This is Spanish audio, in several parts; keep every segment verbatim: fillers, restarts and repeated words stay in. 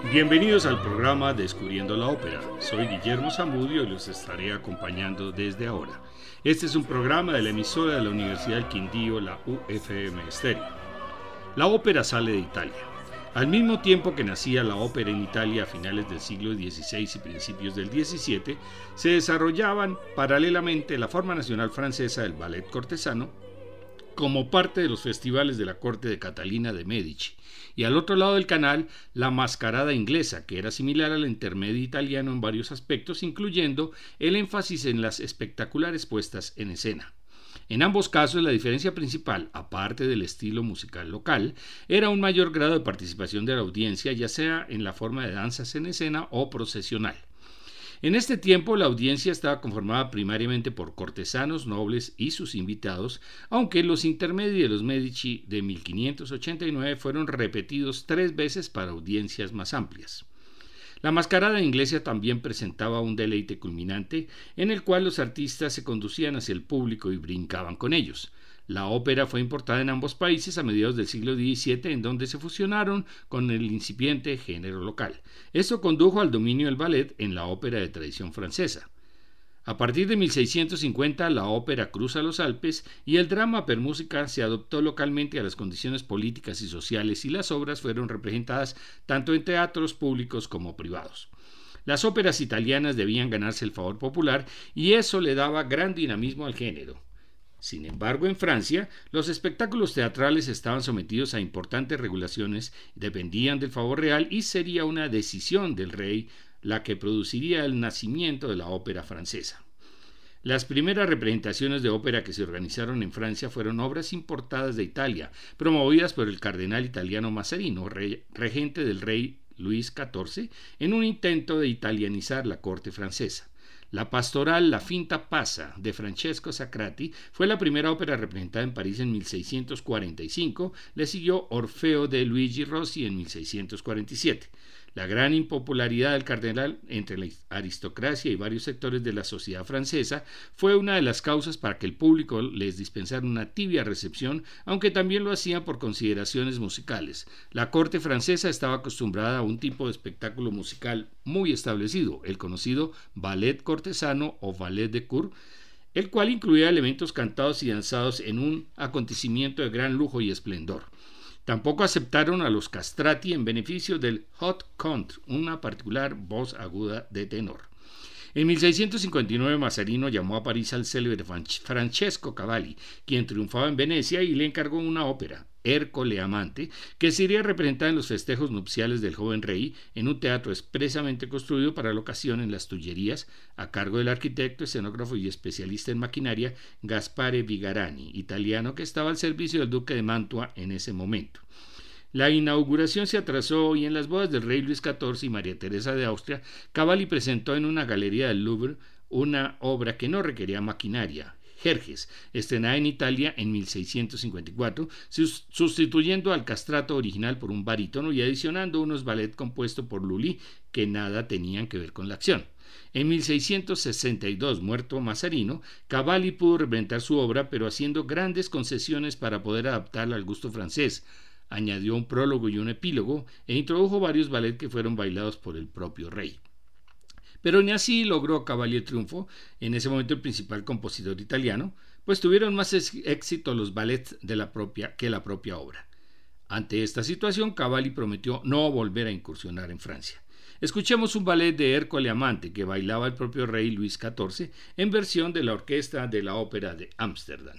Bienvenidos al programa Descubriendo la Ópera. Soy Guillermo Zamudio y los estaré acompañando desde ahora. Este es un programa de la emisora de la Universidad del Quindío, la U F M Estéreo. La ópera sale de Italia. Al mismo tiempo que nacía la ópera en Italia a finales del siglo dieciséis y principios del diecisiete, se desarrollaban paralelamente la forma nacional francesa del ballet cortesano como parte de los festivales de la corte de Catalina de Medici, y al otro lado del canal la mascarada inglesa, que era similar al intermedio italiano en varios aspectos, incluyendo el énfasis en las espectaculares puestas en escena. En ambos casos, la diferencia principal, aparte del estilo musical local, era un mayor grado de participación de la audiencia, ya sea en la forma de danzas en escena o procesional. En este tiempo, la audiencia estaba conformada primariamente por cortesanos, nobles y sus invitados, aunque los intermedios de los Medici de mil quinientos ochenta y nueve fueron repetidos tres veces para audiencias más amplias. La mascarada inglesa también presentaba un deleite culminante en el cual los artistas se conducían hacia el público y brincaban con ellos. La ópera fue importada en ambos países a mediados del siglo diecisiete, en donde se fusionaron con el incipiente género local. Esto condujo al dominio del ballet en la ópera de tradición francesa. A partir de mil seiscientos cincuenta, la ópera cruza los Alpes y el drama per música se adoptó localmente a las condiciones políticas y sociales, y las obras fueron representadas tanto en teatros públicos como privados. Las óperas italianas debían ganarse el favor popular y eso le daba gran dinamismo al género. Sin embargo, en Francia, los espectáculos teatrales estaban sometidos a importantes regulaciones, dependían del favor real y sería una decisión del rey la que produciría el nacimiento de la ópera francesa. Las primeras representaciones de ópera que se organizaron en Francia fueron obras importadas de Italia, promovidas por el cardenal italiano Mazzarino, re- regente del rey Luis catorce, en un intento de italianizar la corte francesa. La pastoral La Finta Pasa de Francesco Sacrati fue la primera ópera representada en París en mil seiscientos cuarenta y cinco, le siguió Orfeo de Luigi Rossi en mil seiscientos cuarenta y siete. La gran impopularidad del cardenal entre la aristocracia y varios sectores de la sociedad francesa fue una de las causas para que el público les dispensara una tibia recepción, aunque también lo hacía por consideraciones musicales. La corte francesa estaba acostumbrada a un tipo de espectáculo musical muy establecido, el conocido ballet cortesano o ballet de cour, el cual incluía elementos cantados y danzados en un acontecimiento de gran lujo y esplendor. Tampoco aceptaron a los castrati en beneficio del haute contre, una particular voz aguda de tenor. En mil seiscientos cincuenta y nueve, Mazzarino llamó a París al célebre Francesco Cavalli, quien triunfaba en Venecia, y le encargó una ópera, Ercole Amante, que sería representada en los festejos nupciales del joven rey en un teatro expresamente construido para la ocasión en las Tullerías, a cargo del arquitecto, escenógrafo y especialista en maquinaria Gaspare Vigarani, italiano que estaba al servicio del duque de Mantua en ese momento. La inauguración se atrasó y en las bodas del rey Luis catorce y María Teresa de Austria, Cavalli presentó en una galería del Louvre una obra que no requería maquinaria, Jerjes, estrenada en Italia en mil seiscientos cincuenta y cuatro, sustituyendo al castrato original por un barítono y adicionando unos ballets compuestos por Lully que nada tenían que ver con la acción. En mil seiscientos sesenta y dos, muerto Mazzarino, Cavalli pudo representar su obra, pero haciendo grandes concesiones para poder adaptarla al gusto francés. Añadió un prólogo y un epílogo e introdujo varios ballets que fueron bailados por el propio rey. Pero ni así logró Cavalli el triunfo, en ese momento el principal compositor italiano, pues tuvieron más éxito los ballets de la propia, que la propia obra. Ante esta situación, Cavalli prometió no volver a incursionar en Francia. Escuchemos un ballet de Ercole Amante que bailaba el propio rey Luis catorce en versión de la orquesta de la Ópera de Ámsterdam.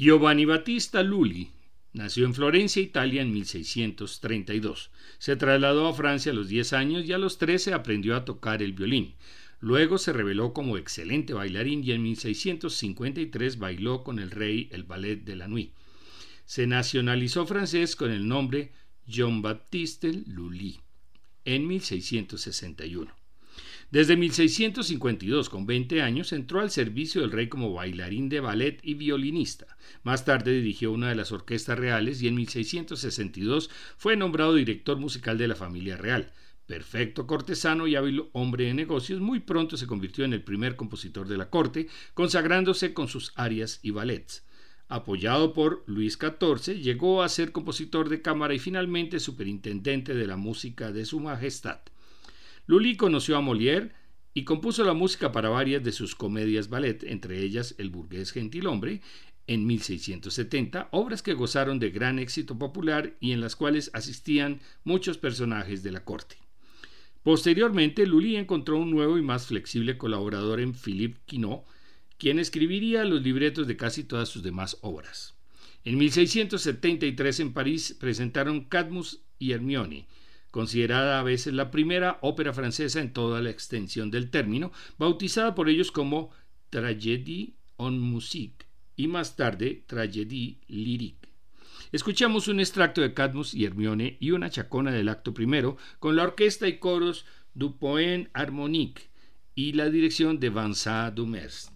Giovanni Battista Lully nació en Florencia, Italia, en mil seiscientos treinta y dos. Se trasladó a Francia a los diez años y a los trece aprendió a tocar el violín. Luego se reveló como excelente bailarín y en mil seiscientos cincuenta y tres bailó con el rey el ballet de la Nuit. Se nacionalizó francés con el nombre Jean-Baptiste Lully en mil seiscientos sesenta y uno. Desde mil seiscientos cincuenta y dos, con veinte años, entró al servicio del rey como bailarín de ballet y violinista. Más tarde dirigió una de las orquestas reales y en mil seiscientos sesenta y dos fue nombrado director musical de la familia real. Perfecto cortesano y hábil hombre de negocios, muy pronto se convirtió en el primer compositor de la corte, consagrándose con sus arias y ballets. Apoyado por Luis catorce, llegó a ser compositor de cámara y finalmente superintendente de la música de su majestad. Lully conoció a Molière y compuso la música para varias de sus comedias ballet, entre ellas El burgués gentilhombre, en mil seiscientos setenta, obras que gozaron de gran éxito popular y en las cuales asistían muchos personajes de la corte. Posteriormente, Lully encontró un nuevo y más flexible colaborador en Philippe Quinault, quien escribiría los libretos de casi todas sus demás obras. En mil seiscientos setenta y tres en París presentaron Cadmus y Hermione, considerada a veces la primera ópera francesa en toda la extensión del término, bautizada por ellos como Tragédie en musique y más tarde Tragédie lyrique. Escuchamos un extracto de Cadmus y Hermione y una chacona del acto primero con la orquesta y coros du Poème Harmonique y la dirección de Vincent Dumestre.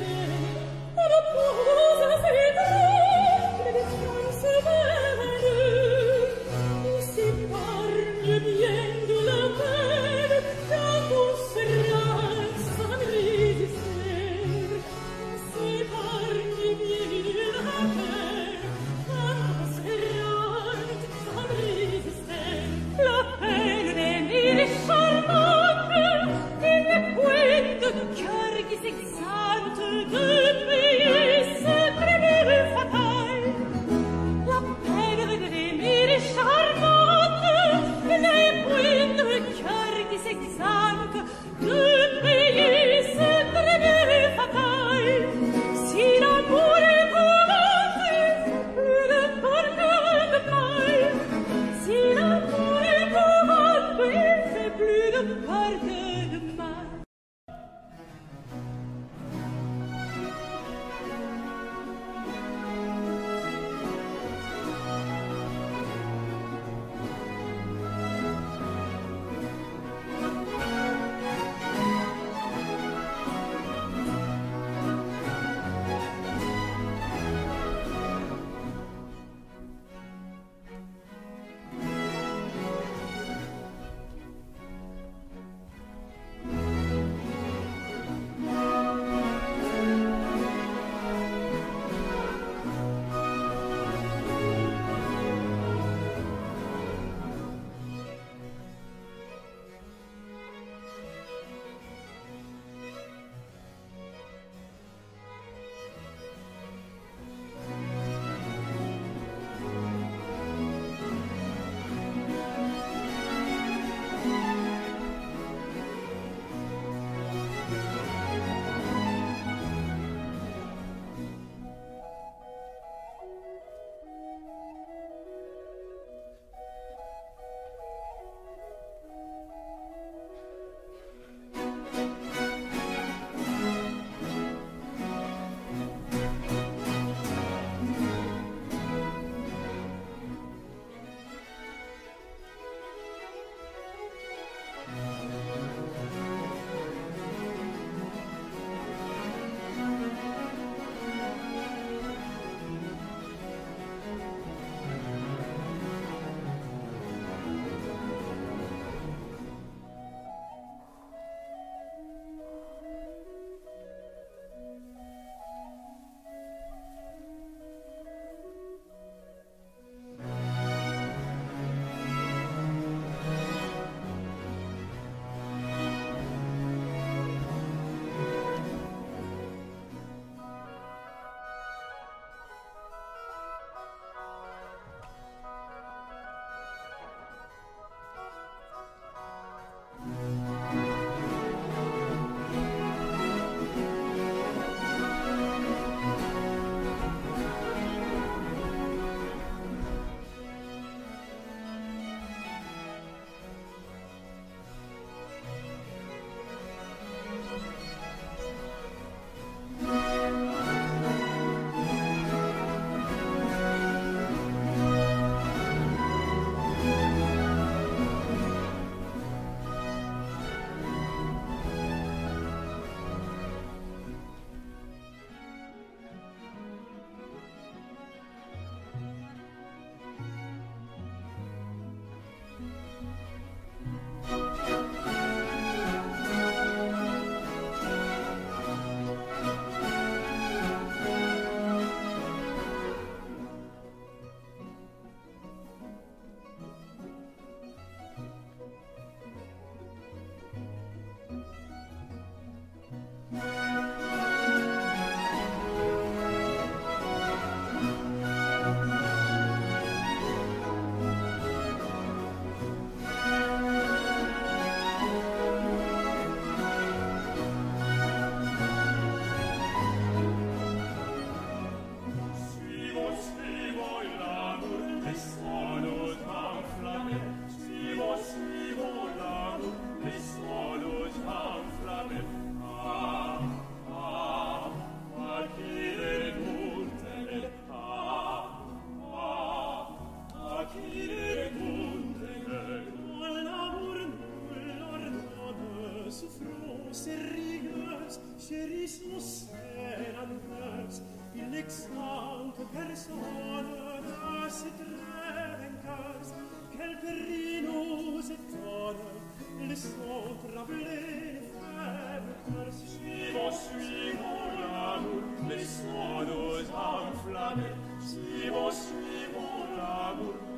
Thank you.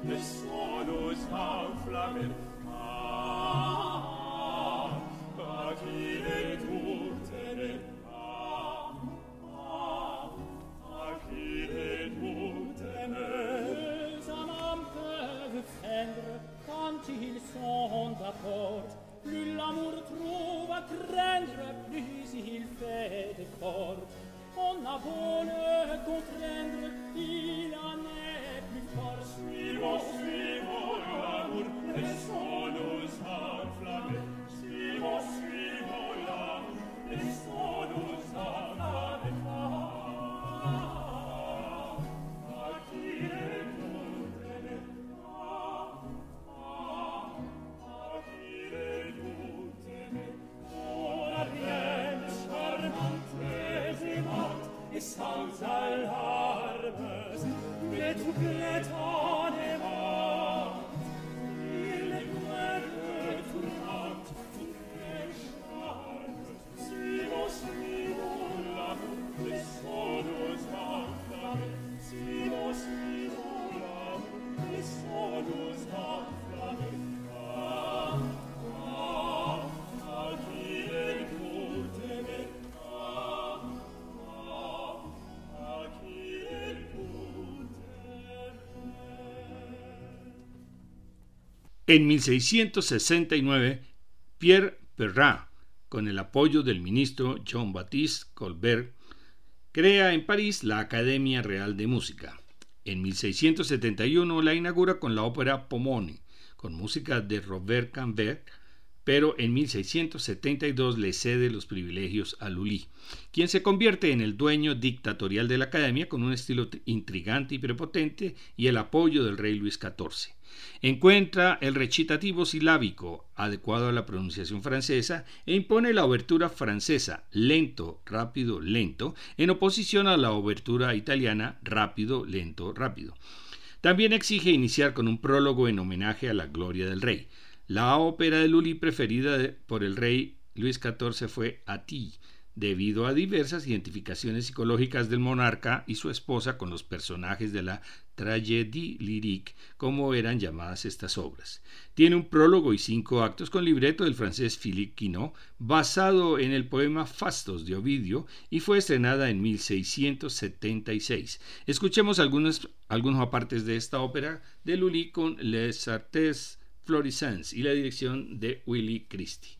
En mil seiscientos sesenta y nueve, Pierre Perrin, con el apoyo del ministro Jean-Baptiste Colbert, crea en París la Academia Real de Música. En mil seiscientos setenta y uno la inaugura con la ópera Pomone, con música de Robert Cambert, pero en mil seiscientos setenta y dos le cede los privilegios a Lully, quien se convierte en el dueño dictatorial de la Academia con un estilo intrigante y prepotente y el apoyo del rey Luis catorce. Encuentra el recitativo silábico adecuado a la pronunciación francesa e impone la obertura francesa lento, rápido, lento, en oposición a la obertura italiana rápido, lento, rápido. También exige iniciar con un prólogo en homenaje a la gloria del rey. La ópera de Lully preferida de, por el rey Luis catorce fue Atille, debido a diversas identificaciones psicológicas del monarca y su esposa con los personajes de la tragédie lyrique, como eran llamadas estas obras. Tiene un prólogo y cinco actos con libreto del francés Philippe Quinault, basado en el poema Fastos de Ovidio, y fue estrenada en mil seiscientos setenta y seis. Escuchemos algunos, algunos apartes de esta ópera de Lully con Les Artes Florissants y la dirección de Willy Christie.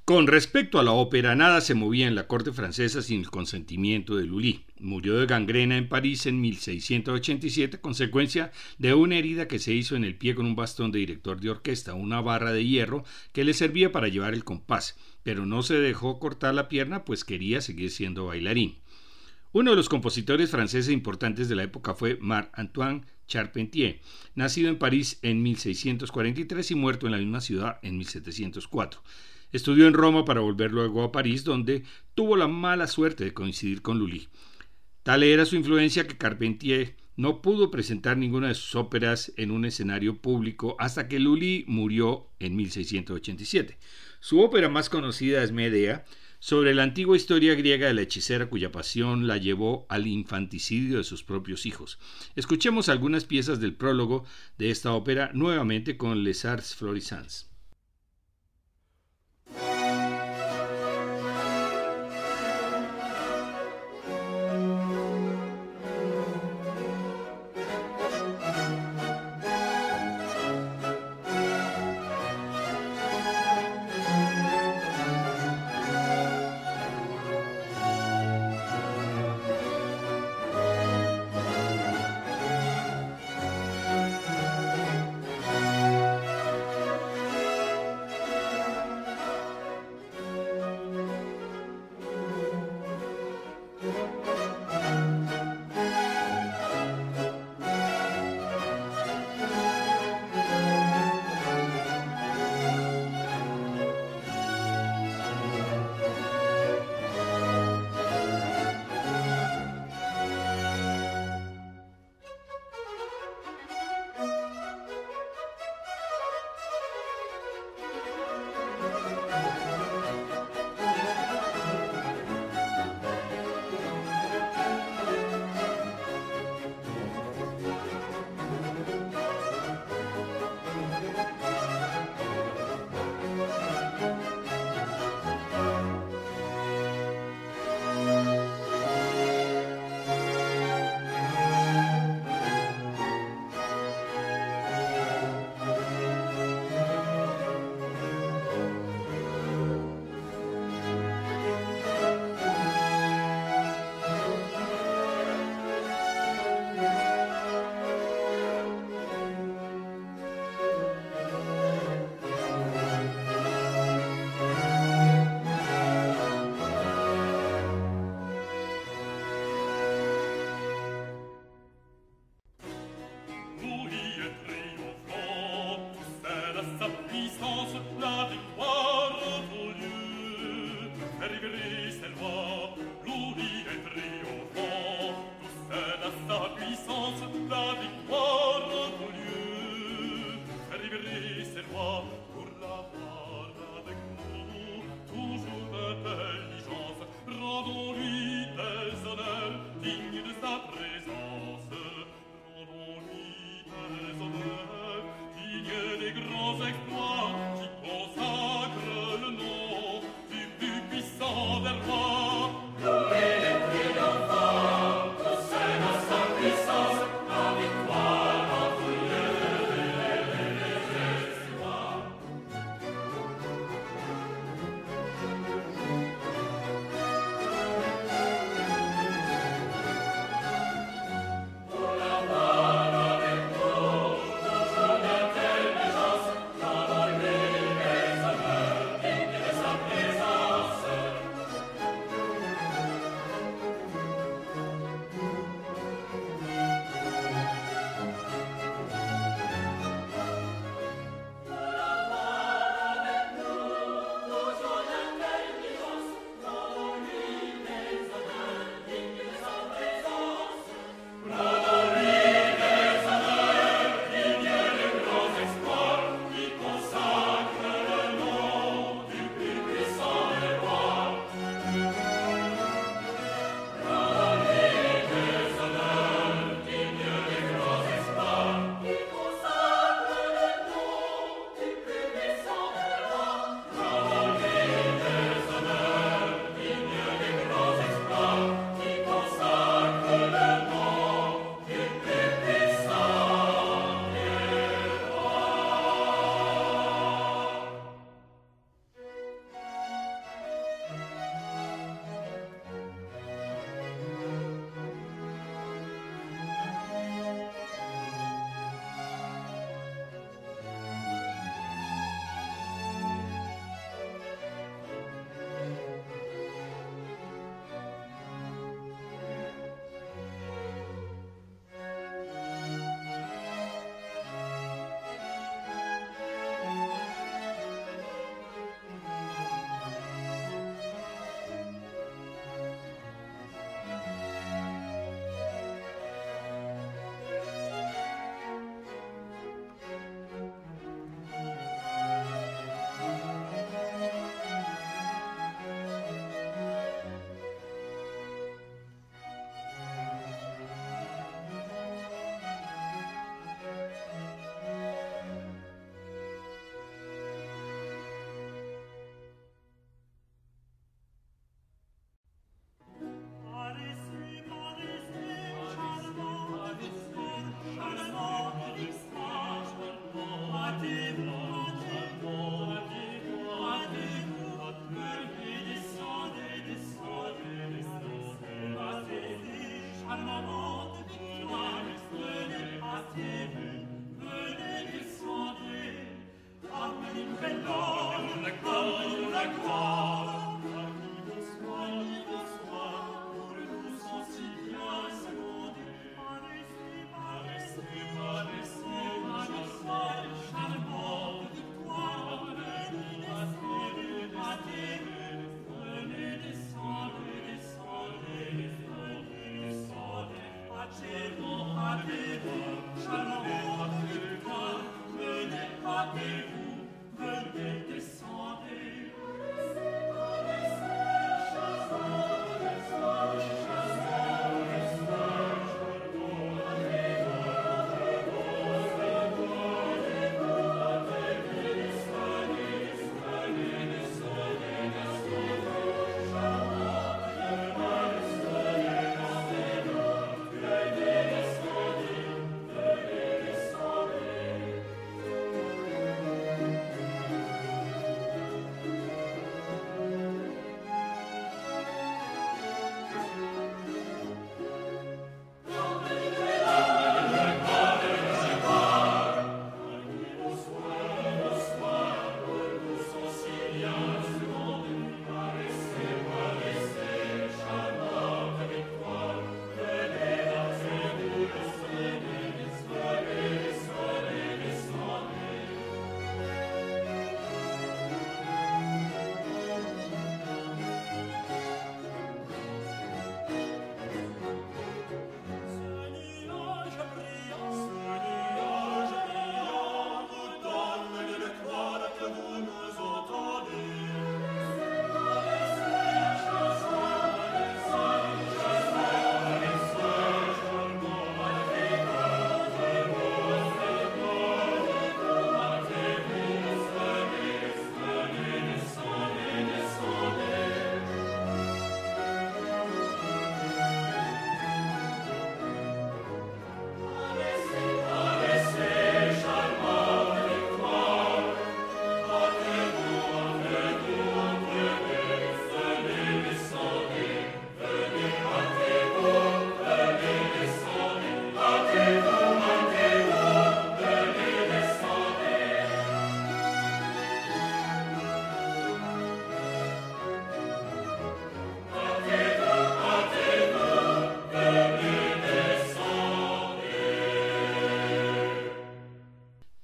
Con respecto a la ópera, nada se movía en la corte francesa sin el consentimiento de Lully. Murió de gangrena en París en mil seiscientos ochenta y siete, consecuencia de una herida que se hizo en el pie con un bastón de director de orquesta, una barra de hierro que le servía para llevar el compás, pero no se dejó cortar la pierna, pues quería seguir siendo bailarín. Uno de los compositores franceses importantes de la época fue Marc-Antoine Charpentier, nacido en París en mil seiscientos cuarenta y tres y muerto en la misma ciudad en mil setecientos cuatro. Estudió en Roma para volver luego a París, donde tuvo la mala suerte de coincidir con Lully. Tal era su influencia que Charpentier no pudo presentar ninguna de sus óperas en un escenario público hasta que Lully murió en mil seiscientos ochenta y siete. Su ópera más conocida es Medea, sobre la antigua historia griega de la hechicera cuya pasión la llevó al infanticidio de sus propios hijos. Escuchemos algunas piezas del prólogo de esta ópera nuevamente con Les Arts Florissants.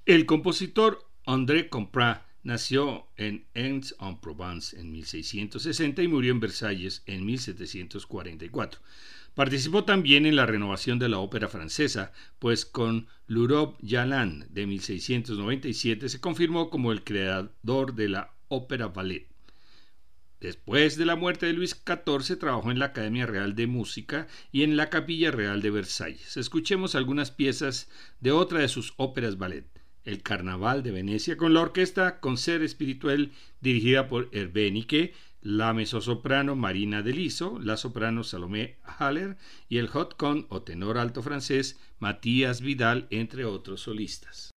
El compositor André Comprat nació en Aix-en-Provence en mil seiscientos sesenta y murió en Versalles en mil setecientos cuarenta y cuatro. Participó también en la renovación de la ópera francesa, pues con L'Europe Galante de mil seiscientos noventa y siete se confirmó como el creador de la ópera ballet. Después de la muerte de Luis catorce trabajó en la Academia Real de Música y en la Capilla Real de Versalles. Escuchemos algunas piezas de otra de sus óperas ballet, El Carnaval de Venecia, con la orquesta Concert Spirituel dirigida por Hervé Niquet, la mezzosoprano Marina Deliso, la soprano Salomé Haller y el haut con o tenor alto francés Matías Vidal, entre otros solistas.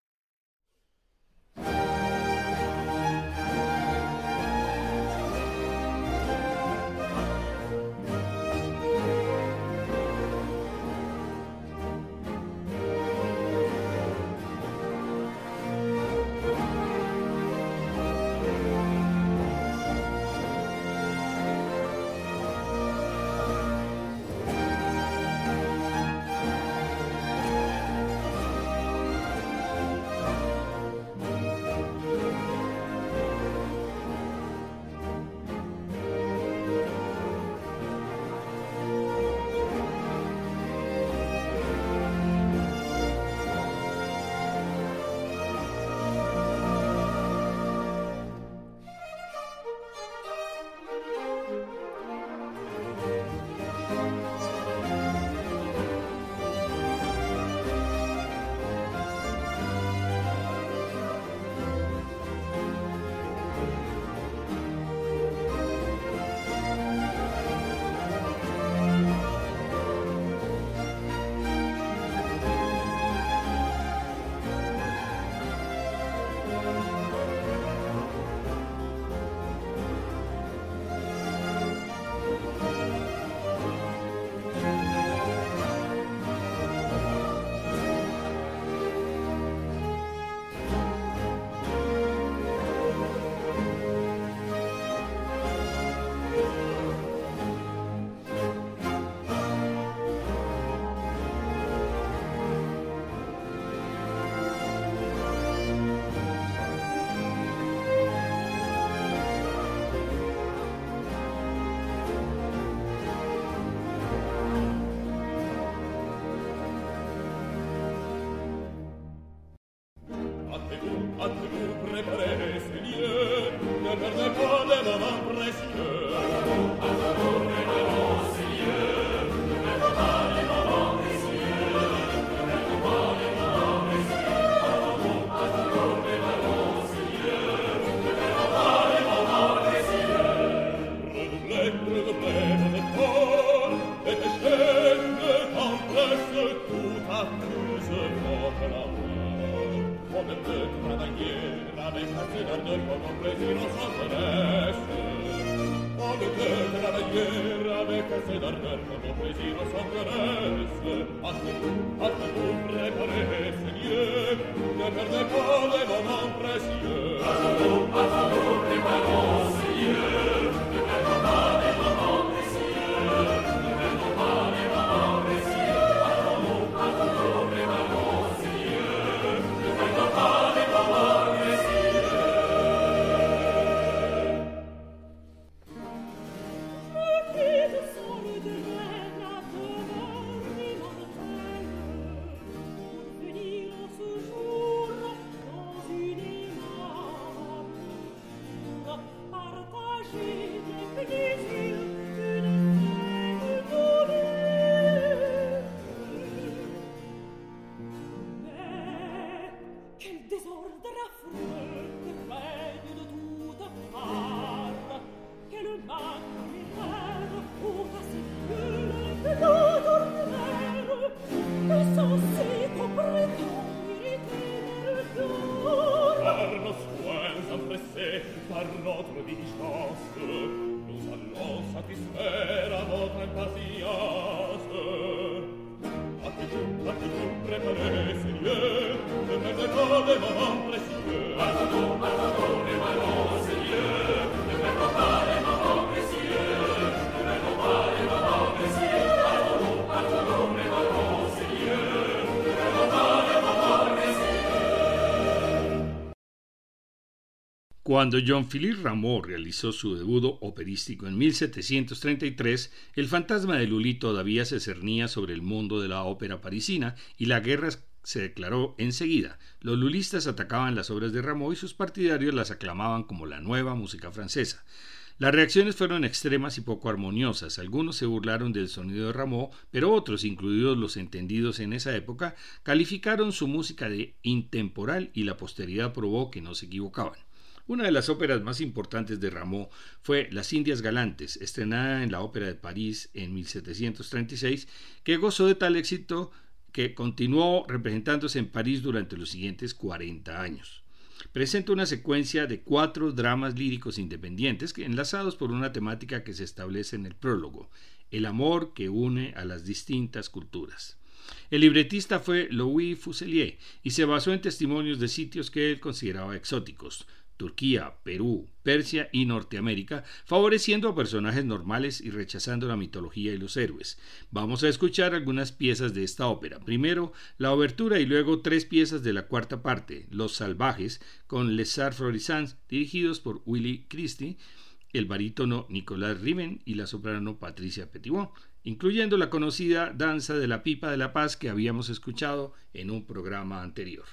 Cuando Jean-Philippe Rameau realizó su debut operístico en mil setecientos treinta y tres, el fantasma de Lully todavía se cernía sobre el mundo de la ópera parisina y la guerra se declaró enseguida. Los lulistas atacaban las obras de Rameau y sus partidarios las aclamaban como la nueva música francesa. Las reacciones fueron extremas y poco armoniosas. Algunos se burlaron del sonido de Rameau, pero otros, incluidos los entendidos en esa época, calificaron su música de intemporal y la posteridad probó que no se equivocaban. Una de las óperas más importantes de Rameau fue Las Indias Galantes, estrenada en la Ópera de París en mil setecientos treinta y seis, que gozó de tal éxito que continuó representándose en París durante los siguientes cuarenta años. Presenta una secuencia de cuatro dramas líricos independientes enlazados por una temática que se establece en el prólogo, el amor que une a las distintas culturas. El libretista fue Louis Fuselier y se basó en testimonios de sitios que él consideraba exóticos: Turquía, Perú, Persia y Norteamérica, favoreciendo a personajes normales y rechazando la mitología y los héroes. Vamos a escuchar algunas piezas de esta ópera. Primero, la obertura y luego tres piezas de la cuarta parte, Los Salvajes, con Les Arts Florissants, dirigidos por Willy Christie, el barítono Nicolas Riven y la soprano Patricia Petitbon, incluyendo la conocida Danza de la Pipa de la Paz que habíamos escuchado en un programa anterior.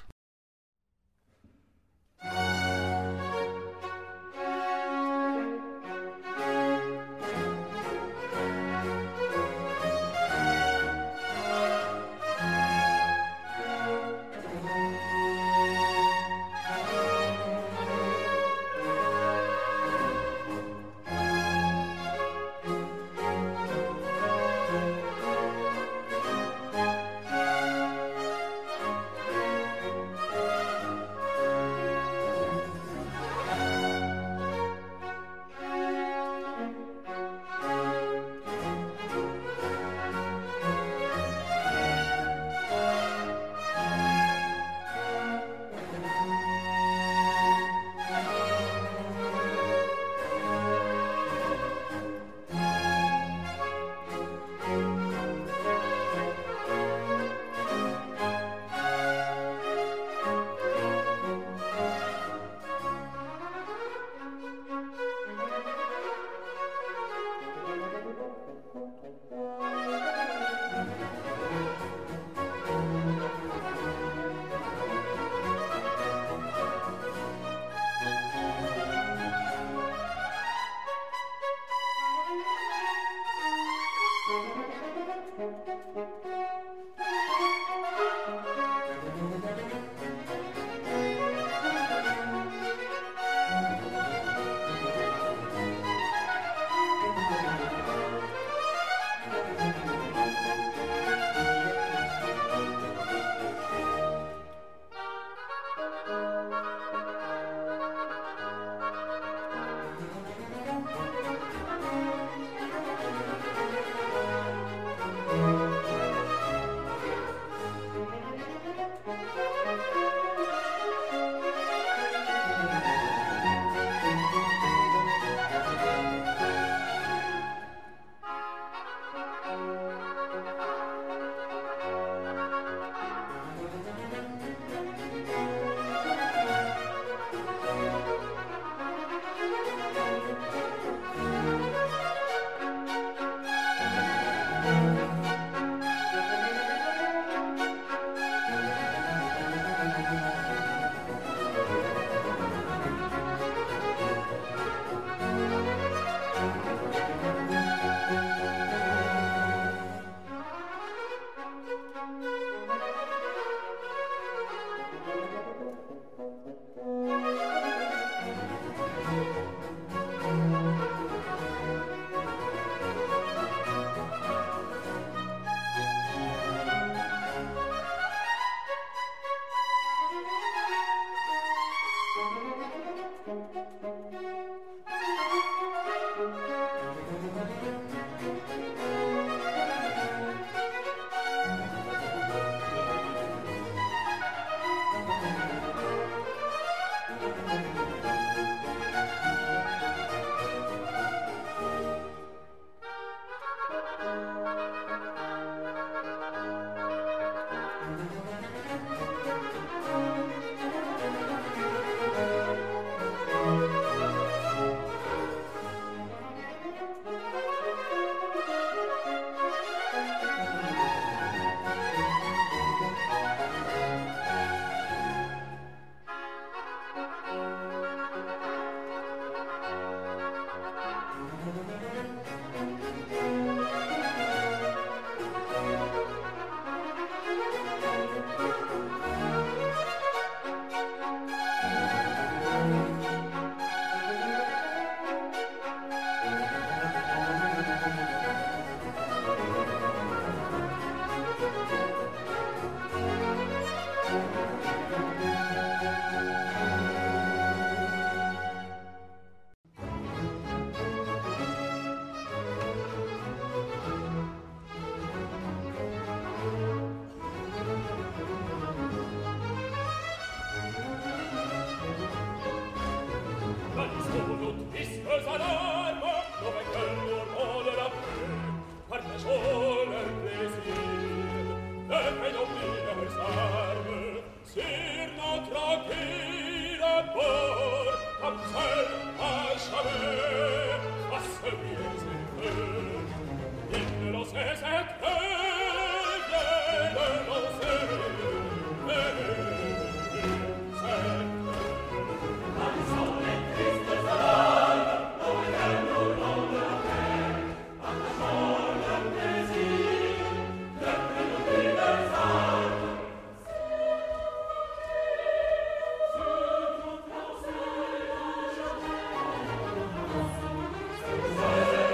Thank you.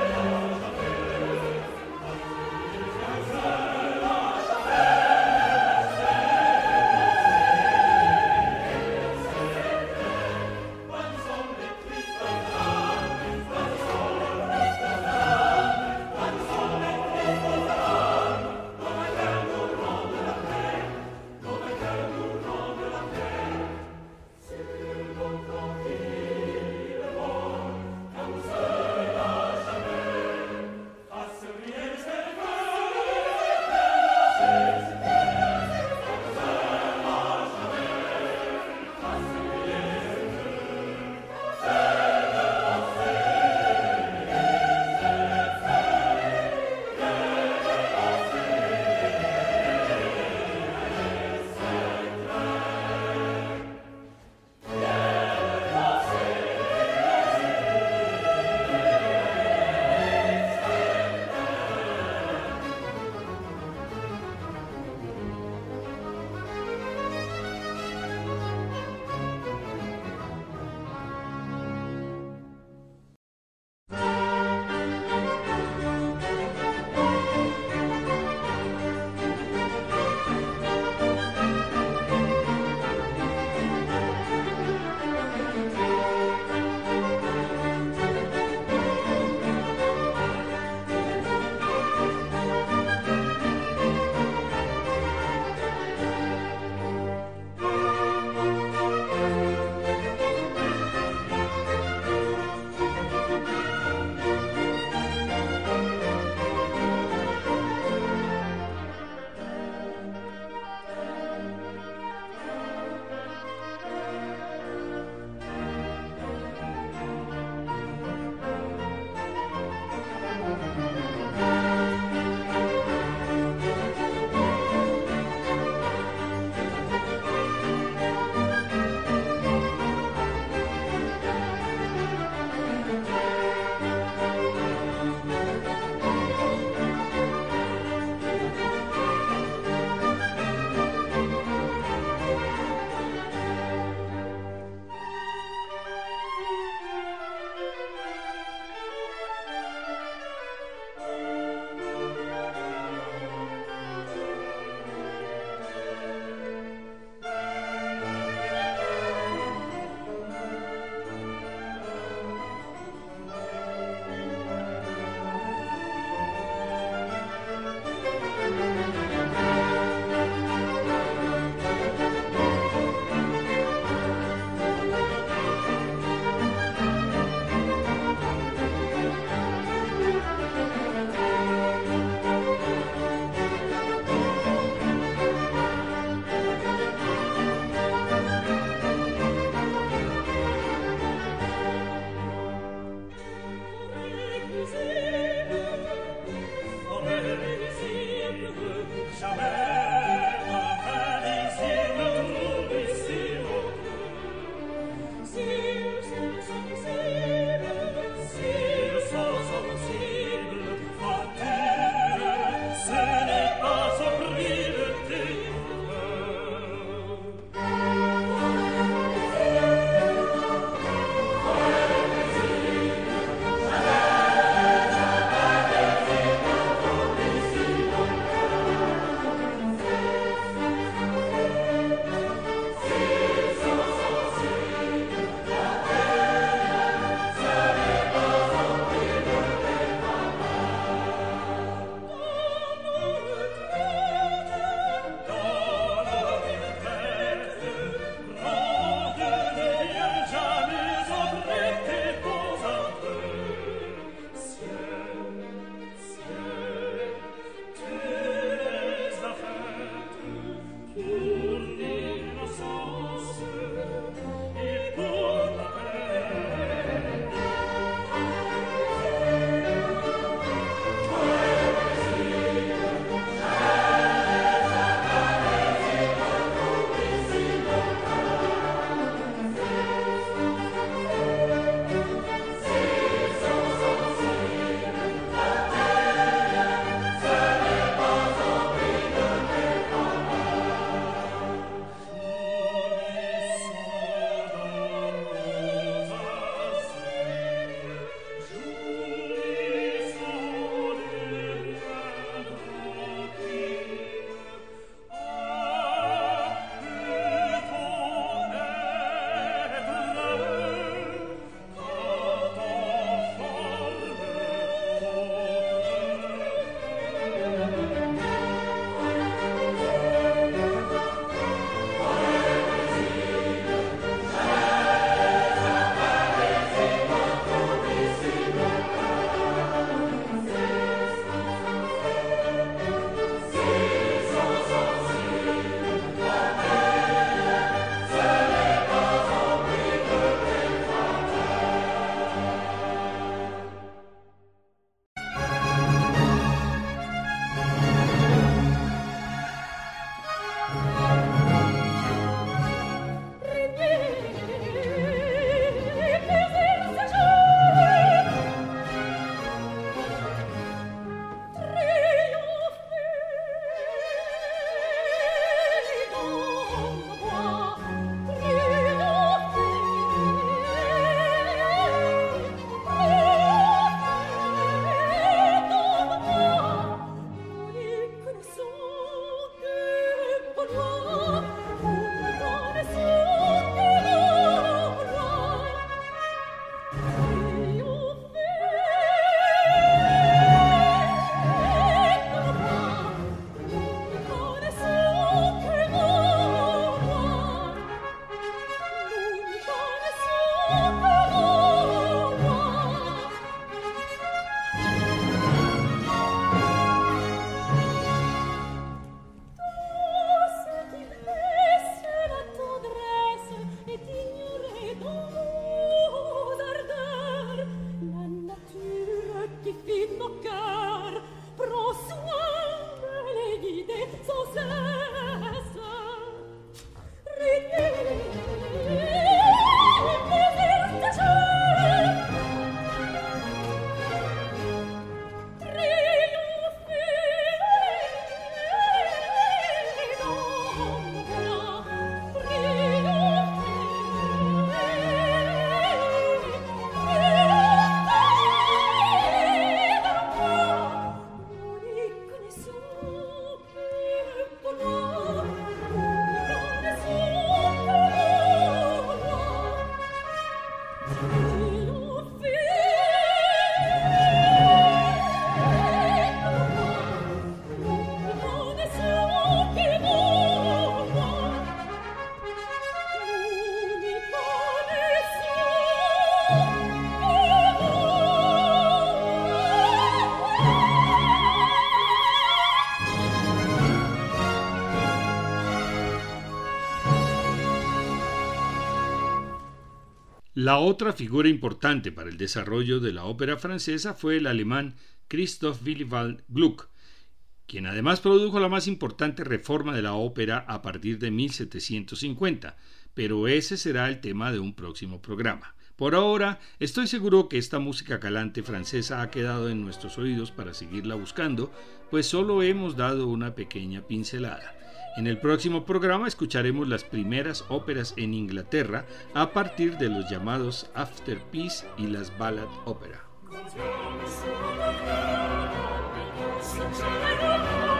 La otra figura importante para el desarrollo de la ópera francesa fue el alemán Christoph Willibald Gluck, quien además produjo la más importante reforma de la ópera a partir de mil setecientos cincuenta, pero ese será el tema de un próximo programa. Por ahora, estoy seguro que esta música calante francesa ha quedado en nuestros oídos para seguirla buscando, pues solo hemos dado una pequeña pincelada. En el próximo programa escucharemos las primeras óperas en Inglaterra a partir de los llamados Afterpiece y las Ballad Opera.